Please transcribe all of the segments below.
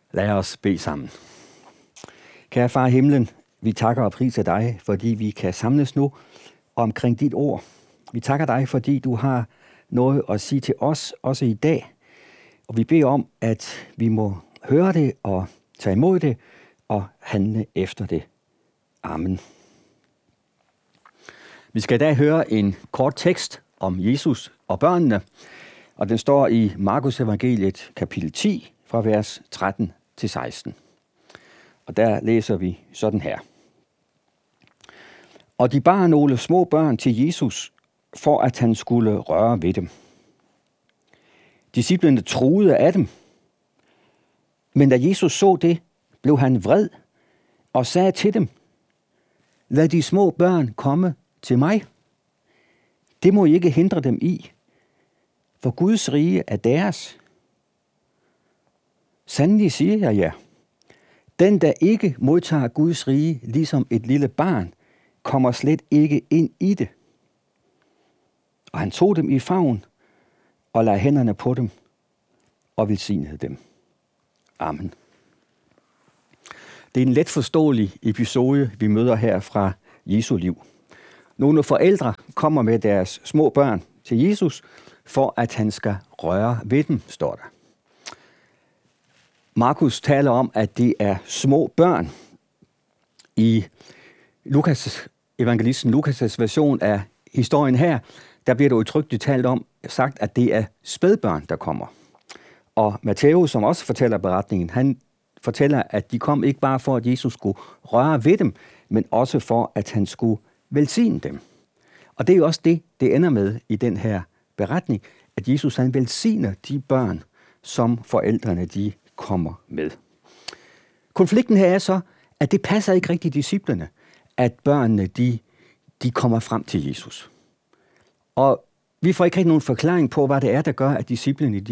Lad os bede sammen. Kære far i himlen, vi takker og priser dig, fordi vi kan samles nu omkring dit ord. Vi takker dig, fordi du har noget at sige til os, også i dag. Og vi beder om, at vi må høre det og tage imod det og handle efter det. Amen. Vi skal i dag høre en kort tekst om Jesus og børnene, og den står i Markus evangeliet kapitel 10 fra vers 13 til 16. Og der læser vi sådan her. Og de bar nogle små børn til Jesus, for at han skulle røre ved dem. Disciplene truede af dem. Men da Jesus så det, blev han vred og sagde til dem, lad de små børn komme til mig. Det må I ikke hindre dem i, for Guds rige er deres. Sandelig siger jeg jer, den der ikke modtager Guds rige ligesom et lille barn, kommer slet ikke ind i det. Og han tog dem i favn og lagde hænderne på dem og velsignede dem. Amen. Det er en let forståelig episode, vi møder her fra Jesu liv. Nogle forældre kommer med deres små børn til Jesus, for at han skal røre ved dem, står der. Markus taler om, at det er små børn. I evangelisten Lukas' version af historien her, der bliver det udtrykkeligt talt om, sagt, at det er spædbørn, der kommer. Og Matthæus, som også fortæller beretningen, han fortæller, at de kom ikke bare for, at Jesus skulle røre ved dem, men også for, at han skulle velsigne dem. Og det er jo også det ender med i den her beretning, at Jesus han velsigner de børn, som forældrene de kommer med. Konflikten her er så, at det passer ikke rigtig disciplene, at børnene de kommer frem til Jesus. Og vi får ikke rigtig nogen forklaring på, hvad det er, der gør, at disciplene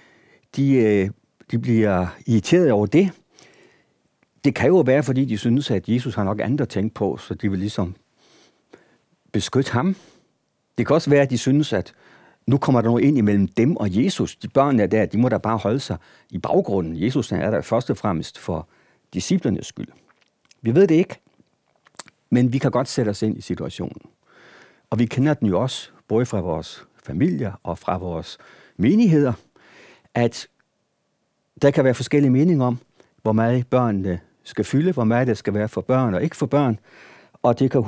de bliver irriteret over det. Det kan jo være, fordi de synes, at Jesus har nok andet at tænke på, så de vil ligesom beskytte ham. Det kan også være, at de synes, at nu kommer der noget ind imellem dem og Jesus. De børn der, de må da bare holde sig i baggrunden. Jesus er der først og fremmest for disciplernes skyld. Vi ved det ikke, men vi kan godt sætte os ind i situationen. Og vi kender den jo også, både fra vores familier og fra vores menigheder, at der kan være forskellige meninger om, hvor meget børnene skal fylde, hvor meget det skal være for børn og ikke for børn, og det kan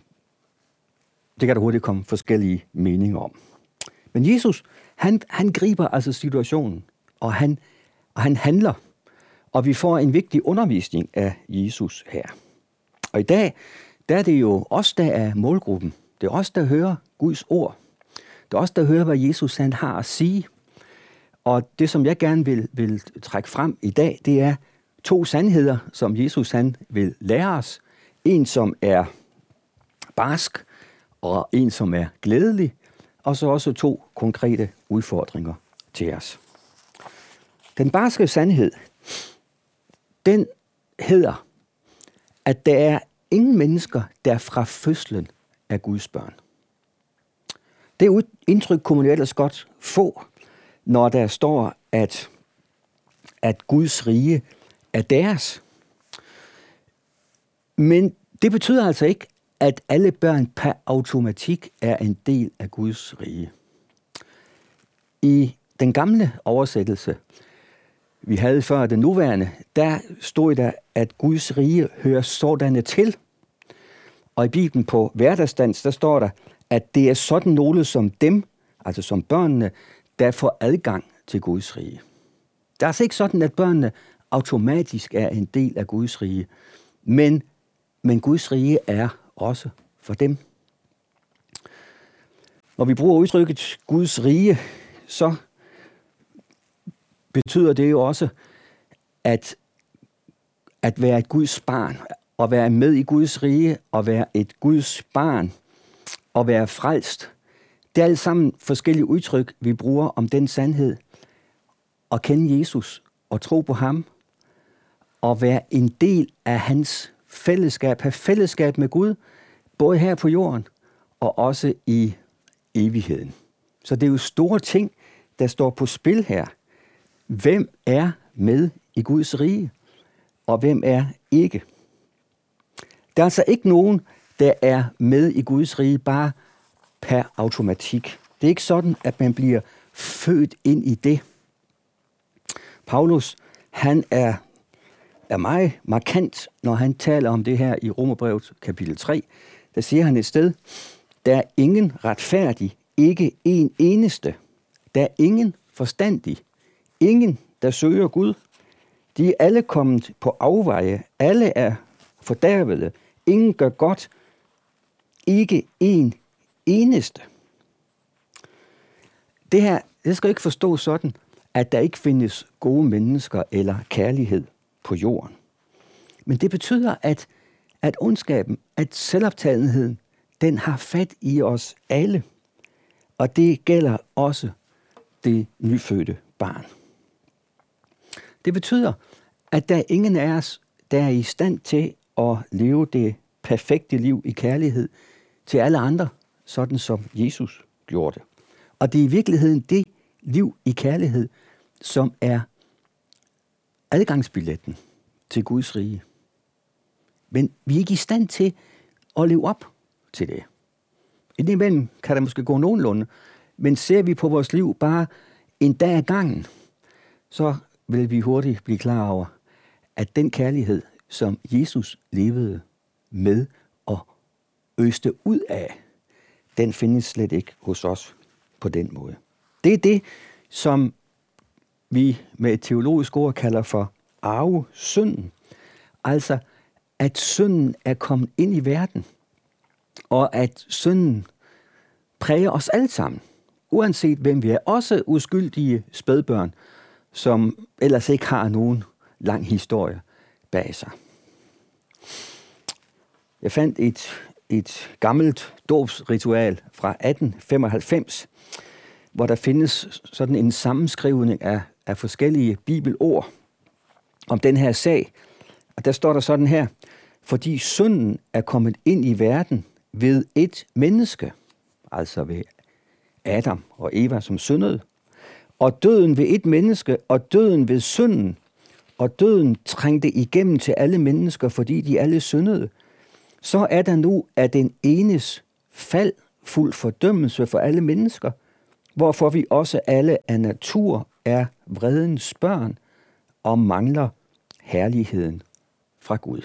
der hurtigt komme forskellige meninger om. Men Jesus, han griber altså situationen, og han handler, og vi får en vigtig undervisning af Jesus her. Og i dag, der er det jo os, der er målgruppen. Det er os, der hører Guds ord. Det er os, der hører, hvad Jesus han har at sige. Og det, som jeg gerne vil trække frem i dag, det er 2 sandheder, som Jesus han vil lære os. En, som er barsk, og en, som er glædelig, og så også 2 konkrete udfordringer til os. Den barske sandhed, den hedder, at der er ingen mennesker, der fra fødslen er Guds børn. Det indtryk kunne man jo ellers godt få, når der står, at Guds rige er deres. Men det betyder altså ikke, at alle børn per automatik er en del af Guds rige. I den gamle oversættelse, vi havde før den nuværende, der stod der, at Guds rige hører sådanne til. Og i Bibelen på hverdagsdansk, der står der, at det er sådan nogle som dem, altså som børnene, der får adgang til Guds rige. Det er altså ikke sådan, at børnene automatisk er en del af Guds rige, men Guds rige er også for dem. Når vi bruger udtrykket Guds rige, så betyder det jo også, at være et Guds barn, at være med i Guds rige, at være et Guds barn, at være frelst. Det er alle sammen forskellige udtryk, vi bruger om den sandhed. At kende Jesus og tro på ham, og være en del af hans fællesskab, have fællesskab med Gud, både her på jorden og også i evigheden. Så det er jo store ting, der står på spil her. Hvem er med i Guds rige, og hvem er ikke. Der er altså ikke nogen, der er med i Guds rige bare per automatik. Det er ikke sådan, at man bliver født ind i det. Paulus, han er meget markant, når han taler om det her i Romerbrevet kapitel 3. Der siger han et sted, der er ingen retfærdig, ikke en eneste. Der er ingen forstandig, ingen, der søger Gud. De er alle kommet på afveje, alle er fordærvede, ingen gør godt, ikke en eneste. Det her, det skal ikke forstås sådan, at der ikke findes gode mennesker eller kærlighed på jorden. Men det betyder, at ondskaben, at selvoptagetheden, den har fat i os alle. Og det gælder også det nyfødte barn. Det betyder, at der er ingen af os, der er i stand til at leve det perfekte liv i kærlighed til alle andre, sådan som Jesus gjorde det. Og det er i virkeligheden det liv i kærlighed, som er adgangsbilletten til Guds rige. Men vi er ikke i stand til at leve op til det. Indimellem kan der måske gå nogenlunde, men ser vi på vores liv bare en dag ad gangen, så vil vi hurtigt blive klar over, at den kærlighed, som Jesus levede med og øste ud af, den findes slet ikke hos os på den måde. Det er det, som vi med et teologisk ord kalder for arvesynden. Altså, at synden er kommet ind i verden, og at synden præger os alle sammen, uanset hvem vi er. Også uskyldige spædbørn, som ellers ikke har nogen lang historie bag sig. Jeg fandt et gammelt dåbsritual fra 1895, hvor der findes sådan en sammenskrivning af forskellige bibelord om den her sag. Og der står der sådan her: fordi synden er kommet ind i verden ved et menneske, altså ved Adam og Eva, som syndede, og døden ved et menneske, og døden ved synden, og døden trængte igennem til alle mennesker, fordi de alle syndede, så er der nu af den enes fald fuld fordømmelse for alle mennesker, hvorfor vi også alle af natur er vredens børn og mangler herligheden fra Gud.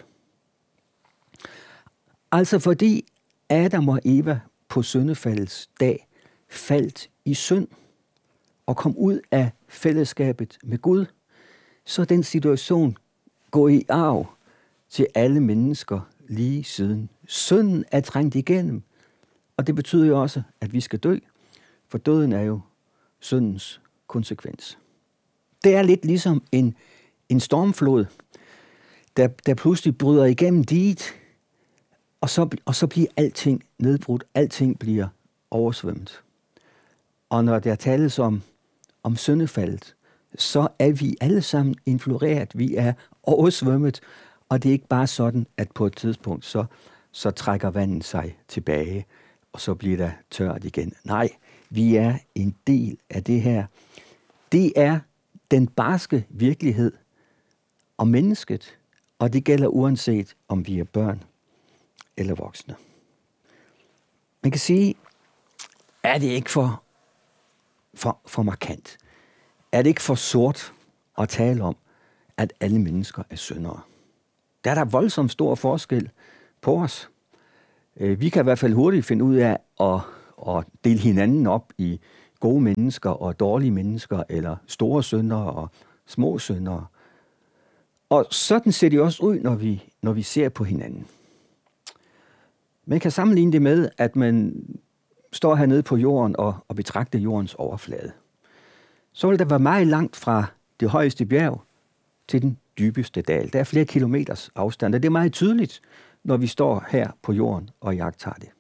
Altså fordi Adam og Eva på syndefaldets dag faldt i synd og kom ud af fællesskabet med Gud, så er den situation går i arv til alle mennesker lige siden. Synden er trængt igennem, og det betyder jo også, at vi skal dø, for døden er jo syndens konsekvens. Det er lidt ligesom en stormflod, der pludselig bryder igennem diget, og så bliver alting nedbrudt, alting bliver oversvømmet. Og når der tales om syndefaldet, så er vi alle sammen influeret, vi er oversvømmet, og det er ikke bare sådan, at på et tidspunkt, så trækker vandet sig tilbage, og så bliver der tørt igen. Nej, vi er en del af det her. Det er den barske virkelighed om mennesket, og det gælder uanset om vi er børn eller voksne. Man kan sige, er det ikke for markant? Er det ikke for sort at tale om, at alle mennesker er syndere? Der er der voldsomt stor forskel på os. Vi kan i hvert fald hurtigt finde ud af at dele hinanden op i gode mennesker og dårlige mennesker, eller store syndere og små syndere. Og sådan ser det også ud, når vi ser på hinanden. Man kan sammenligne det med, at man står hernede på jorden og betragter jordens overflade. Så vil der være meget langt fra det højeste bjerg til den dybeste dal. Der er flere kilometers afstand, og det er meget tydeligt, når vi står her på jorden og iagttager det.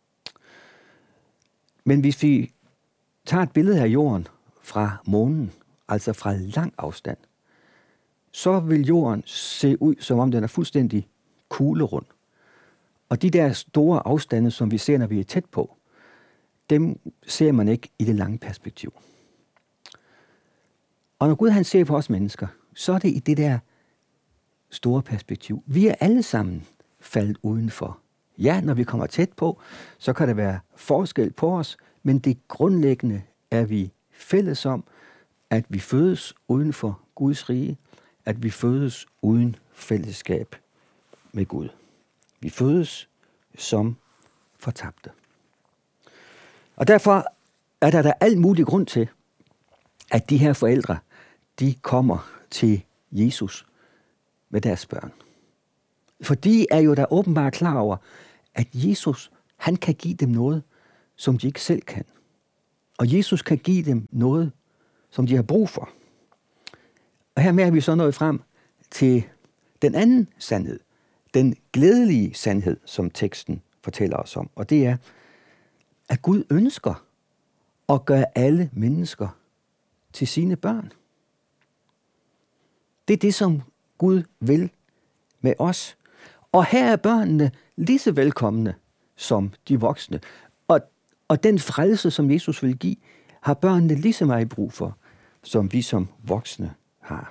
Men hvis vi tager et billede af jorden fra månen, altså fra lang afstand, så vil jorden se ud, som om den er fuldstændig kuglerund. Og de der store afstande, som vi ser, når vi er tæt på, dem ser man ikke i det lange perspektiv. Og når Gud han ser på os mennesker, så er det i det der store perspektiv. Vi er alle sammen faldet udenfor. Ja, når vi kommer tæt på, så kan der være forskel på os, men det grundlæggende er vi fælles om, at vi fødes uden for Guds rige, at vi fødes uden fællesskab med Gud. Vi fødes som fortabte. Og derfor er der al mulig grund til, at de her forældre, de kommer til Jesus med deres børn. For de er jo da åbenbart klar over, at Jesus, han kan give dem noget, som de ikke selv kan. Og Jesus kan give dem noget, som de har brug for. Og hermed er vi så nået frem til den anden sandhed. Den glædelige sandhed, som teksten fortæller os om. Og det er, at Gud ønsker at gøre alle mennesker til sine børn. Det er det, som Gud vil med os. Og her er børnene lige så velkomne som de voksne. Og den frelse, som Jesus vil give, har børnene lige så meget brug for, som vi som voksne har.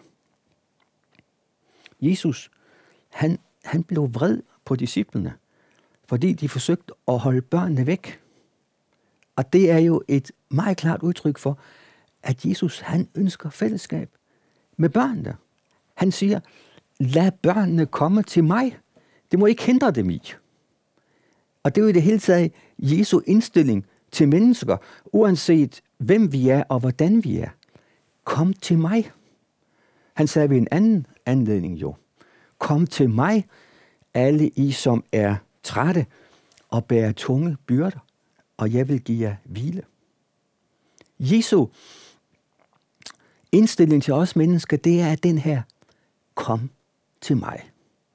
Jesus, han blev vred på disciplene, fordi de forsøgte at holde børnene væk. Og det er jo et meget klart udtryk for, at Jesus, han ønsker fællesskab med børnene. Han siger, lad børnene komme til mig. Det må ikke hindre dem i. Og det er jo i det hele taget Jesu indstilling til mennesker, uanset hvem vi er og hvordan vi er. Kom til mig. Han sagde ved en anden anledning jo, kom til mig, alle I, som er trætte og bærer tunge byrder, og jeg vil give jer hvile. Jesu indstilling til os mennesker, det er den her, kom til mig.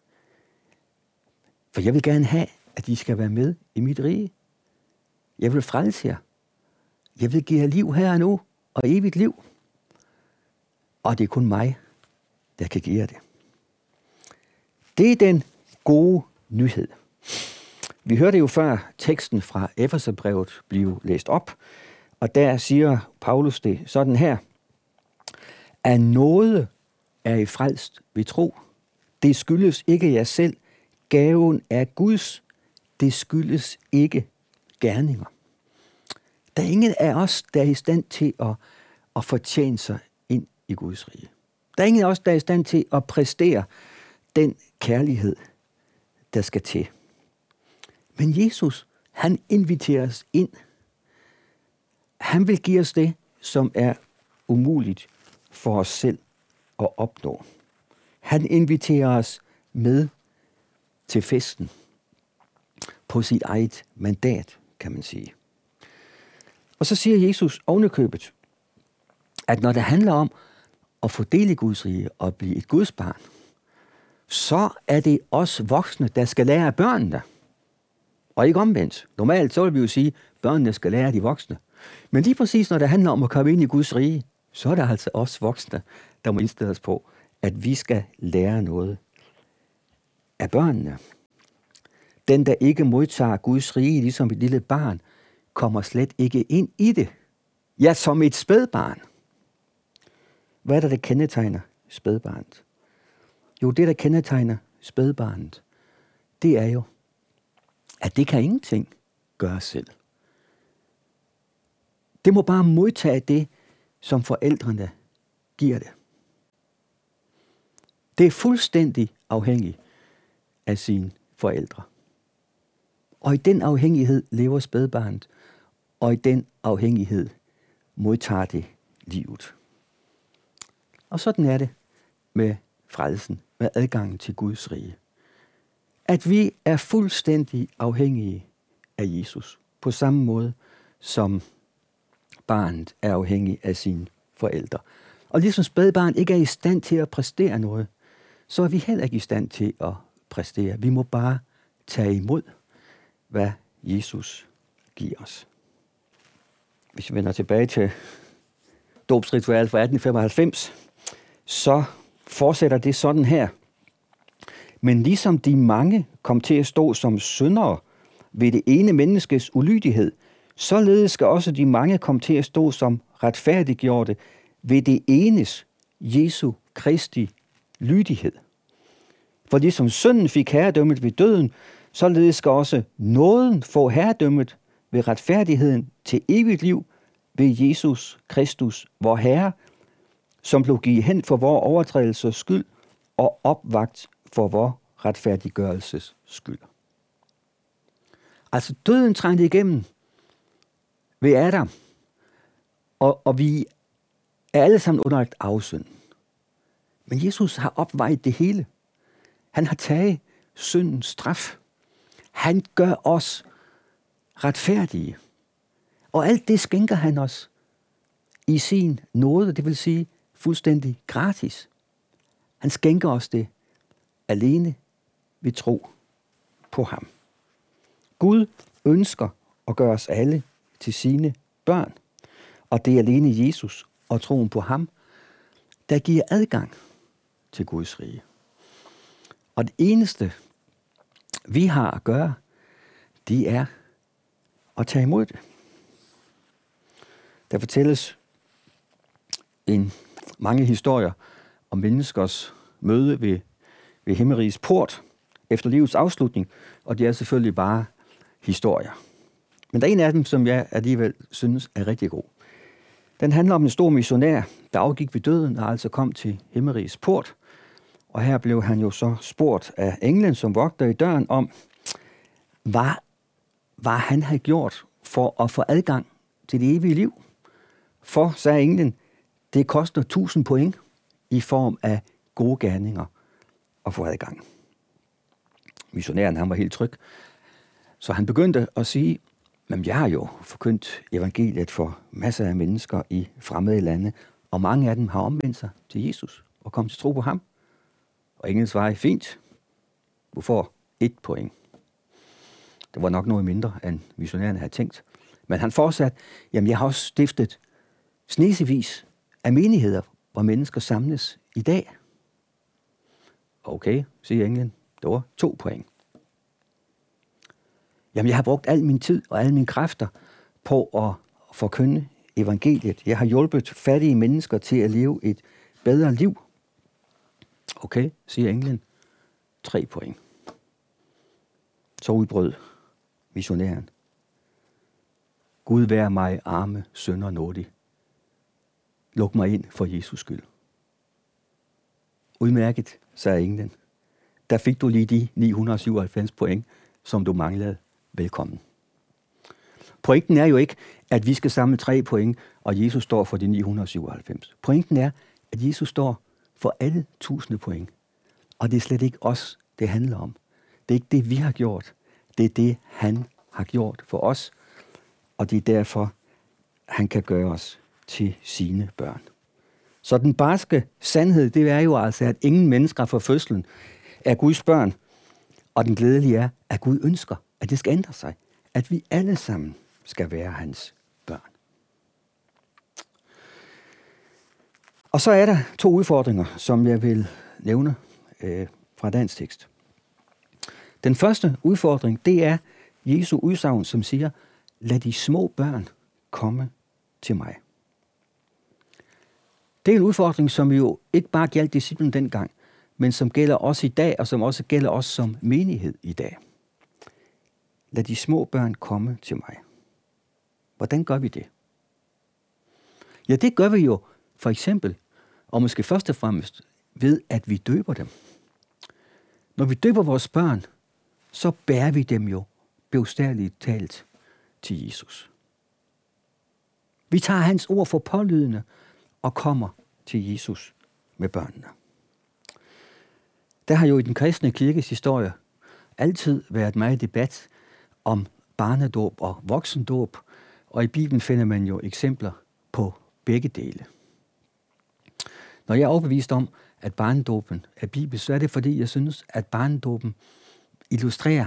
For jeg vil gerne have, at I skal være med i mit rige. Jeg vil frelse jer. Jeg vil give jer liv her og nu, og evigt liv. Og det er kun mig, der kan give jer det. Det er den gode nyhed. Vi hørte jo før teksten fra Efeserbrevet blive læst op, og der siger Paulus det sådan her. Af nåde er I frelst ved tro. Det skyldes ikke jer selv. Gaven er Guds. Det skyldes ikke gerninger. Der er ingen af os, der er i stand til at fortjene sig ind i Guds rige. Der er ingen af os, der er i stand til at præstere den kærlighed, der skal til. Men Jesus, han inviterer os ind. Han vil give os det, som er umuligt for os selv at opnå. Han inviterer os med til festen på sit eget mandat, kan man sige. Og så siger Jesus ovenikøbet, at når det handler om at få del i Guds rige og blive et Guds barn, så er det os voksne, der skal lære af børnene. Og ikke omvendt. Normalt så vil vi jo sige, at børnene skal lære af de voksne. Men lige præcis når det handler om at komme ind i Guds rige, så er det altså os voksne, der må indstille os på, at vi skal lære noget af børnene. Den, der ikke modtager Guds rige, ligesom et lille barn, kommer slet ikke ind i det. Ja, som et spædbarn. Hvad er det, der kendetegner spædbarnet? Jo, det, der kendetegner spædbarnet, det er jo, at det kan ingenting gøre selv. Det må bare modtage det, som forældrene giver det. Det er fuldstændig afhængigt af sine forældre. Og i den afhængighed lever spædbarnet, og i den afhængighed modtager det livet. Og sådan er det med frelsen, med adgangen til Guds rige. At vi er fuldstændig afhængige af Jesus, på samme måde som barnet er afhængig af sine forældre. Og ligesom spædbarn ikke er i stand til at præstere noget, så er vi heller ikke i stand til at præstere. Vi må bare tage imod, hvad Jesus giver os. Hvis vi vender tilbage til dåbsritualet fra 1895, så fortsætter det sådan her. Men ligesom de mange kom til at stå som syndere ved det ene menneskes ulydighed, således skal også de mange komme til at stå som retfærdiggjorte ved det enes, Jesu Kristi lydighed. For ligesom synden fik herredømmet ved døden, således skal også nåden få herredømmet ved retfærdigheden til evigt liv ved Jesus Kristus, vor Herre, som blev givet hen for vor overtrædelses skyld og opvagt for vor retfærdiggørelses skyld. Altså døden trængte igennem ved Adam, og vi er alle sammen underlagt afsynd. Men Jesus har opvejet det hele. Han har taget syndens straf. Han gør os retfærdige. Og alt det skænker han os i sin nåde, det vil sige fuldstændig gratis. Han skænker os det alene ved tro på ham. Gud ønsker at gøre os alle til sine børn, og det er alene Jesus og troen på ham, der giver adgang til Guds rige. Og det eneste, vi har at gøre, det er at tage imod det. Der fortælles mange historier om menneskers møde ved himmerigets port efter livets afslutning, og det er selvfølgelig bare historier. Men der er en af dem, som jeg alligevel synes er rigtig god. Den handler om en stor missionær, der afgik ved døden og altså kom til himmerigets port. Og her blev han jo så spurgt af englen, som vogter i døren, om, hvad han havde gjort for at få adgang til det evige liv. For, sagde englen, det koster 1000 point i form af gode gerninger at få adgang. Missionæren, han var helt tryg. Så han begyndte at sige, men jeg har jo forkyndt evangeliet for masser af mennesker i fremmede lande, og mange af dem har omvendt sig til Jesus og kommet til tro på ham. Og englen svarede, fint, du får 1 point. Det var nok noget mindre, end missionæren havde tænkt. Men han fortsatte, jamen jeg har også stiftet snesevis af menigheder, hvor mennesker samles i dag. Okay, siger englen, det var 2 point. Jamen jeg har brugt al min tid og alle mine kræfter på at forkynde evangeliet. Jeg har hjulpet fattige mennesker til at leve et bedre liv. Okay, siger englen, 3 point. Så udbrød missionæren. Gud vær mig arme, synder nådig. Luk mig ind for Jesus skyld. Udmærket, sagde englen. Der fik du lige de 997 point, som du manglede. Velkommen. Pointen er jo ikke, at vi skal samle 3 point, og Jesus står for de 997. Pointen er, at Jesus står for alle 1000 point. Og det er slet ikke os, det handler om. Det er ikke det, vi har gjort. Det er det, han har gjort for os. Og det er derfor, han kan gøre os til sine børn. Så den barske sandhed, det er jo altså, at ingen mennesker fra fødslen er Guds børn. Og den glædelige er, at Gud ønsker, at det skal ændre sig. At vi alle sammen skal være hans børn. Og så er der 2 udfordringer, som jeg vil nævne fra dagens tekst. Den første udfordring, det er Jesu udsagn, som siger, lad de små børn komme til mig. Det er en udfordring, som jo ikke bare gjaldt disciplen dengang, men som gælder os i dag, og som også gælder os som menighed i dag. Lad de små børn komme til mig. Hvordan gør vi det? Ja, det gør vi jo for eksempel, og måske først og fremmest, ved at vi døber dem. Når vi døber vores børn, så bærer vi dem jo bogstaveligt talt til Jesus. Vi tager hans ord for pålydende og kommer til Jesus med børnene. Der har jo i den kristne kirkes historie altid været meget debat om barnedåb og voksendåb, og i Bibelen finder man jo eksempler på begge dele. Når jeg er overbevist om, at barnedåben er bibelsk, så er det fordi, jeg synes, at barnedåben illustrerer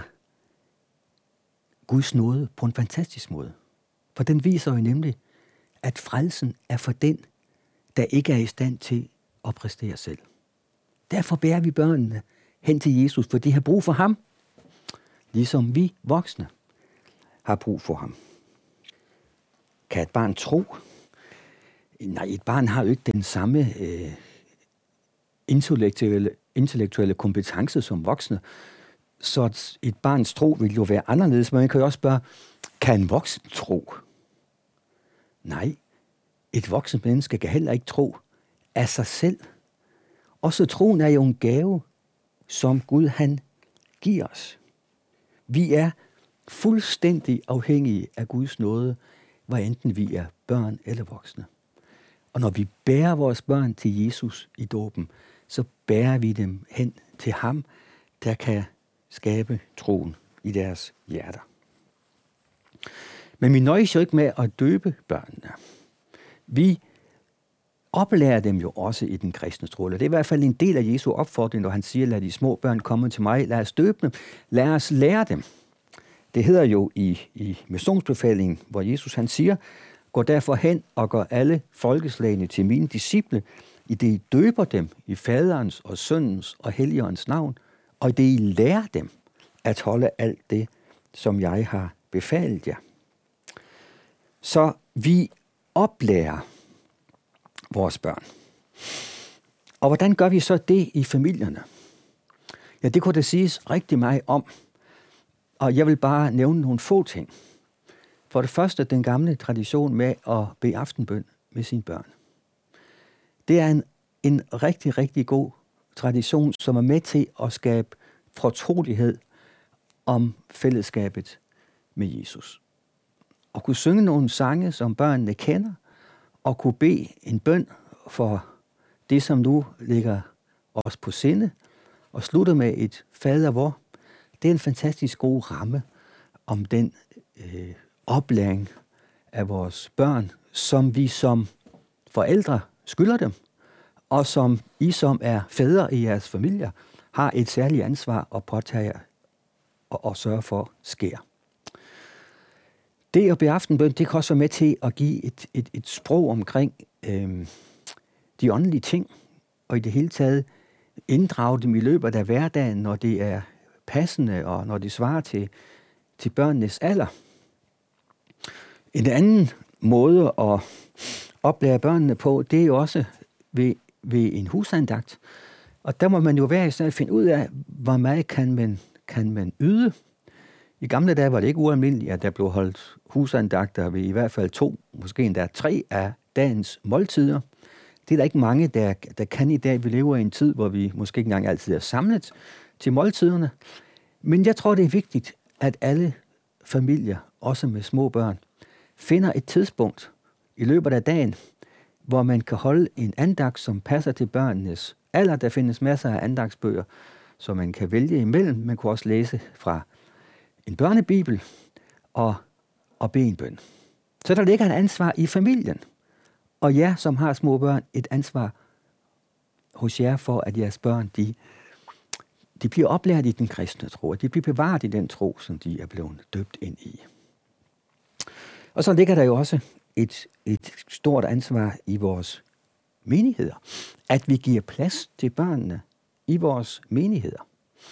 Guds nåde på en fantastisk måde. For den viser jo nemlig, at frelsen er for den, der ikke er i stand til at præstere selv. Derfor bærer vi børnene hen til Jesus, for de har brug for ham, ligesom vi voksne har brug for ham. Kan et barn tro? Nej, et barn har jo ikke den samme intellektuelle kompetence som voksne, så et barns tro vil jo være anderledes. Men man kan jo også spørge, kan en voksen tro? Nej, et voksen menneske kan heller ikke tro af sig selv. Også troen er jo en gave, som Gud han giver os. Vi er fuldstændig afhængige af Guds nåde, hvad enten vi er børn eller voksne. Og når vi bærer vores børn til Jesus i dåben, så bærer vi dem hen til ham, der kan skabe troen i deres hjerter. Men vi nøjes jo ikke med at døbe børnene. Vi oplærer dem jo også i den kristne tro. Det er i hvert fald en del af Jesu opfordring, når han siger, lad de små børn komme til mig, lad os døbe dem, lad os lære dem. Det hedder jo i missionsbefalingen, hvor Jesus han siger, gå derfor hen og gør alle folkeslagene til mine disciple, i det I døber dem i faderens og søndens og helligåndens navn, og i det I lærer dem at holde alt det, som jeg har befalet jer. Så vi oplærer vores børn. Og hvordan gør vi så det i familierne? Ja, det kunne der siges rigtig meget om. Og jeg vil bare nævne nogle få ting. For det første, den gamle tradition med at bede aftenbøn med sine børn. Det er en rigtig, rigtig god tradition, som er med til at skabe fortrolighed om fællesskabet med Jesus. Og kunne synge nogle sange, som børnene kender, og kunne bede en bøn for det, som nu ligger os på sinde, og slutte med et fader vor. Det er en fantastisk god ramme om den oplæring af vores børn, som vi som forældre skylder dem, og som I, som er fædre i jeres familier, har et særligt ansvar at påtage og sørge for sker. Det at bede aftenbøn, det kan også være med til at give et sprog omkring de åndelige ting, og i det hele taget inddrage dem i løbet af hverdagen, når det er passende, og når det svarer til børnenes alder. En anden måde at oplære børnene på, det er jo også ved en husandagt. Og der må man jo være i stand at finde ud af, hvor meget kan man yde. I gamle dage var det ikke ualmindeligt, at der blev holdt husandagter ved i hvert fald 2, måske endda 3 af dagens måltider. Det er der ikke mange, der kan i dag. Vi lever i en tid, hvor vi måske ikke engang altid er samlet til måltiderne. Men jeg tror, det er vigtigt, at alle familier, også med små børn, finder et tidspunkt i løbet af dagen, hvor man kan holde en andagt, som passer til børnenes alder. Der findes masser af andagtsbøger, som man kan vælge imellem. Man kan også læse fra en børnebibel og bede en bøn. Så der ligger et ansvar i familien. Og jer, som har små børn, et ansvar hos jer for, at jeres børn, de bliver oplært i den kristne tro, og de bliver bevaret i den tro, som de er blevet døbt ind i. Og så ligger der jo også et stort ansvar i vores menigheder, at vi giver plads til børnene i vores menigheder.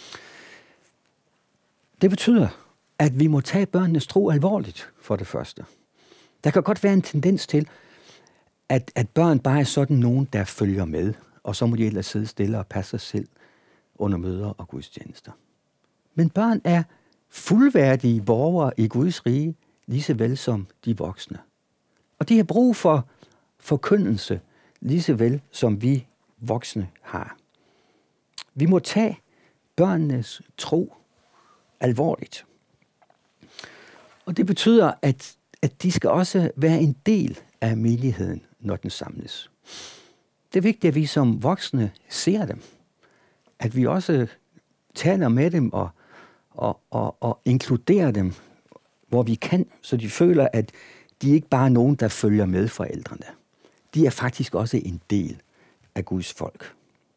Det betyder, at vi må tage børnenes tro alvorligt, for det første. Der kan godt være en tendens til, at børn bare er sådan nogen, der følger med, og så må de ellers sidde stille og passe sig selv under møder og gudstjenester. Men børn er fuldværdige borgere i Guds rige, lige så vel som de voksne. Og de har brug for forkyndelse, lige så vel som vi voksne har. Vi må tage børnenes tro alvorligt. Og det betyder, at de skal også være en del af menigheden, når den samles. Det er vigtigt, at vi som voksne ser dem. At vi også taler med dem og inkluderer dem, hvor vi kan, så de føler, at de ikke bare er nogen, der følger med forældrene. De er faktisk også en del af Guds folk.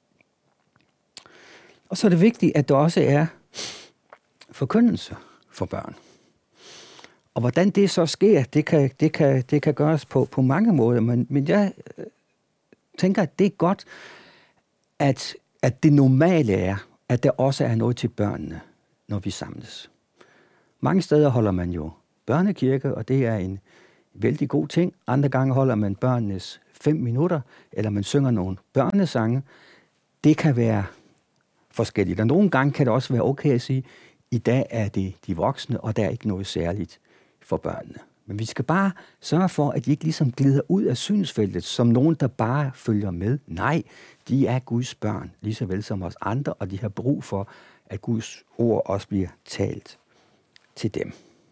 Og så er det vigtigt, at der også er forkyndelse for børn. Og hvordan det så sker, det kan gøres på mange måder, men jeg tænker, at det er godt, at det normale er, at der også er noget til børnene, når vi samles. Mange steder holder man jo børnekirke, og det er en vældig god ting. Andre gange holder man børnenes 5 minutter, eller man synger nogle børnesange. det kan være forskelligt. Og nogle gange kan det også være okay at sige, i dag er det de voksne, og der er ikke noget særligt for børnene. Men vi skal bare sørge for, at de ikke ligesom glider ud af synsfeltet, som nogen, der bare følger med. Nej, de er Guds børn, lige så vel som os andre, og de har brug for, at Guds ord også bliver talt til dem.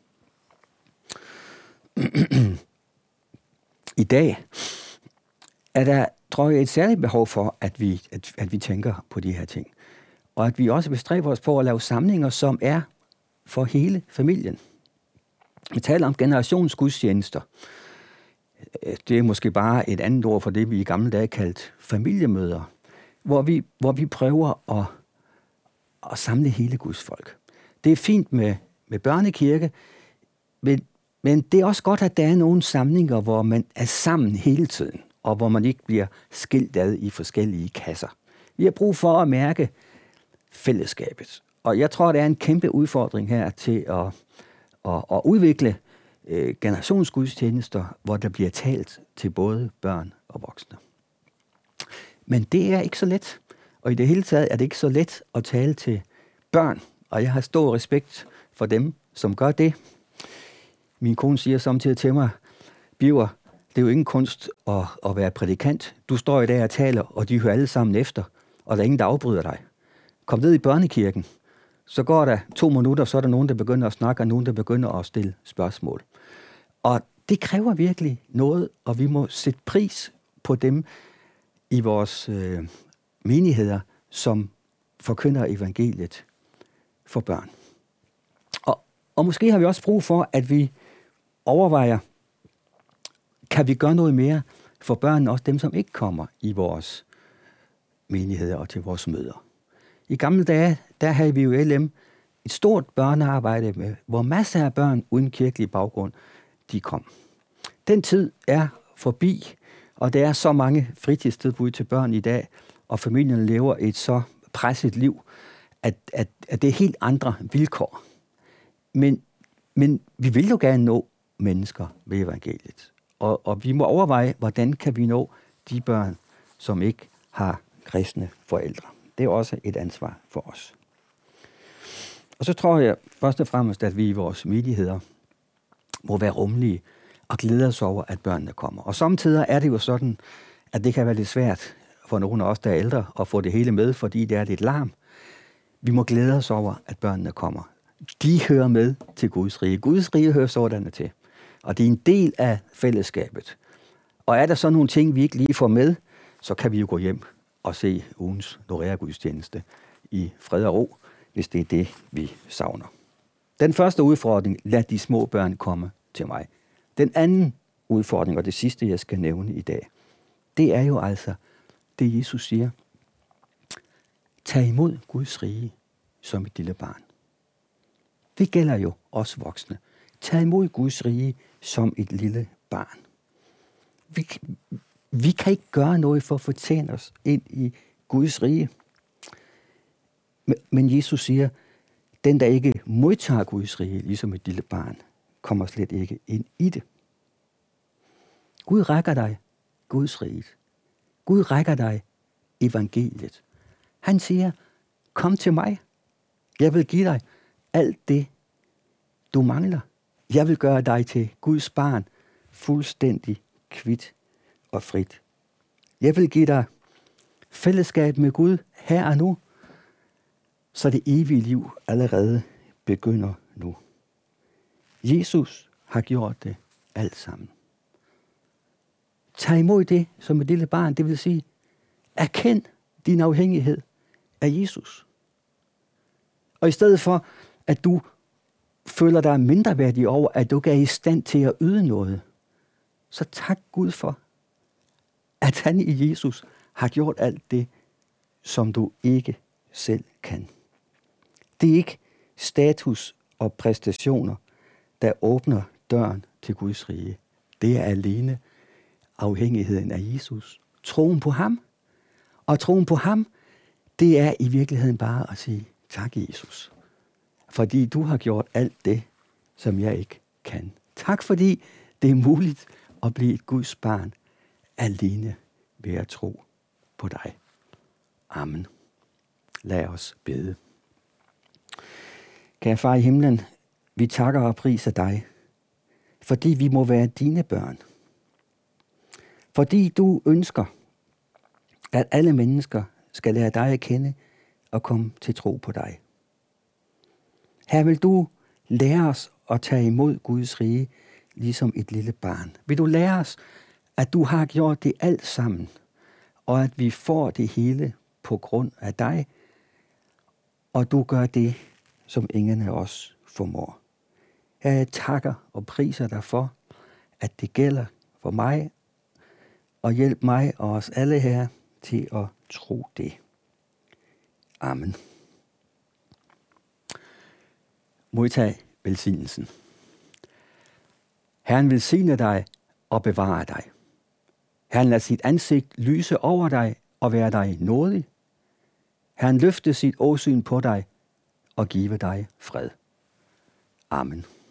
I dag er der, tror jeg, et særligt behov for, at vi tænker på de her ting. Og at vi også bestræber os på at lave samlinger, som er for hele familien. Vi taler om generationsgudstjenester. Det er måske bare et andet ord for det, vi i gamle dage kaldte familiemøder, hvor vi prøver at samle hele Guds folk. Det er fint med børnekirke, men det er også godt, at der er nogle samlinger, hvor man er sammen hele tiden, og hvor man ikke bliver skilt ad i forskellige kasser. Vi har brug for at mærke fællesskabet. Og jeg tror, det er en kæmpe udfordring her til at udvikle generationsgudstjenester, hvor der bliver talt til både børn og voksne. Men det er ikke så let. Og i det hele taget er det ikke så let at tale til børn. Og jeg har stor respekt for dem, som gør det. Min kone siger samtidig til mig, Birger, det er jo ingen kunst at være prædikant. Du står i dag og taler, og de hører alle sammen efter, og der er ingen, der afbryder dig. Kom ned i børnekirken. Så går der 2 minutter, så er der nogen, der begynder at snakke, og nogen, der begynder at stille spørgsmål. Og det kræver virkelig noget, og vi må sætte pris på dem i vores menigheder, som forkynder evangeliet for børn. Og måske har vi også brug for, at vi overvejer, kan vi gøre noget mere for børnene, også dem, som ikke kommer i vores menigheder og til vores møder. I gamle dage, der havde vi jo LM et stort børnearbejde med, hvor masser af børn uden kirkelig baggrund, de kom. Den tid er forbi, og der er så mange fritidstilbud til børn i dag, og familien lever et så presset liv, at det er helt andre vilkår. Men vi vil jo gerne nå mennesker ved evangeliet. Og vi må overveje, hvordan kan vi nå de børn, som ikke har kristne forældre. Det er også et ansvar for os. Og så tror jeg først og fremmest, at vi i vores menigheder må være rummelige og glæde os over, at børnene kommer. Og samtidig er det jo sådan, at det kan være lidt svært for nogle af os, der er ældre, at få det hele med, fordi det er lidt larm. Vi må glæde os over, at børnene kommer. De hører med til Guds rige. Guds rige hører sådanne til. Og det er en del af fællesskabet. Og er der så nogle ting, vi ikke lige får med, så kan vi jo gå hjem og se ugens Norea-gudstjeneste i fred og ro, hvis det er det, vi savner. Den første udfordring, lad de små børn komme til mig. Den anden udfordring, og det sidste, jeg skal nævne i dag, det er jo altså det, Jesus siger. Tag imod Guds rige som et lille barn. Det gælder jo os voksne. Tag imod Guds rige som et lille barn. Vi kan ikke gøre noget for at fortjene os ind i Guds rige. Men Jesus siger, den der ikke modtager Guds rige, ligesom et lille barn, kommer slet ikke ind i det. Gud rækker dig Guds rige. Gud rækker dig evangeliet. Han siger, kom til mig. Jeg vil give dig alt det, du mangler. Jeg vil gøre dig til Guds barn, fuldstændig kvit og frit. Jeg vil give dig fællesskab med Gud her og nu, så det evige liv allerede begynder nu. Jesus har gjort det alt sammen. Tag imod det som et lille barn, det vil sige, erkend din afhængighed af Jesus. Og i stedet for, at du føler dig mindreværdig over, at du ikke er i stand til at yde noget, så tak Gud for, at han i Jesus har gjort alt det, som du ikke selv kan. Det er ikke status og præstationer, der åbner døren til Guds rige. Det er alene afhængigheden af Jesus. Troen på ham. Og troen på ham, det er i virkeligheden bare at sige, tak Jesus. Fordi du har gjort alt det, som jeg ikke kan. Tak fordi det er muligt at blive et Guds barn alene ved at tro på dig. Amen. Lad os bede. Kære far i himlen, vi takker og priser dig, fordi vi må være dine børn. Fordi du ønsker, at alle mennesker skal lære dig at kende og komme til tro på dig. Her vil du lære os at tage imod Guds rige, ligesom et lille barn. Vil du lære os, at du har gjort det alt sammen, og at vi får det hele på grund af dig, og du gør det, som ingen af os formår. Jeg takker og priser dig for, at det gælder for mig, og hjælp mig og os alle her til at tro det. Amen. Modtag velsignelsen. Herren velsigne dig og bevare dig. Herren lader sit ansigt lyse over dig og være dig nådig. Herren løfte sit åsyn på dig og give dig fred. Amen.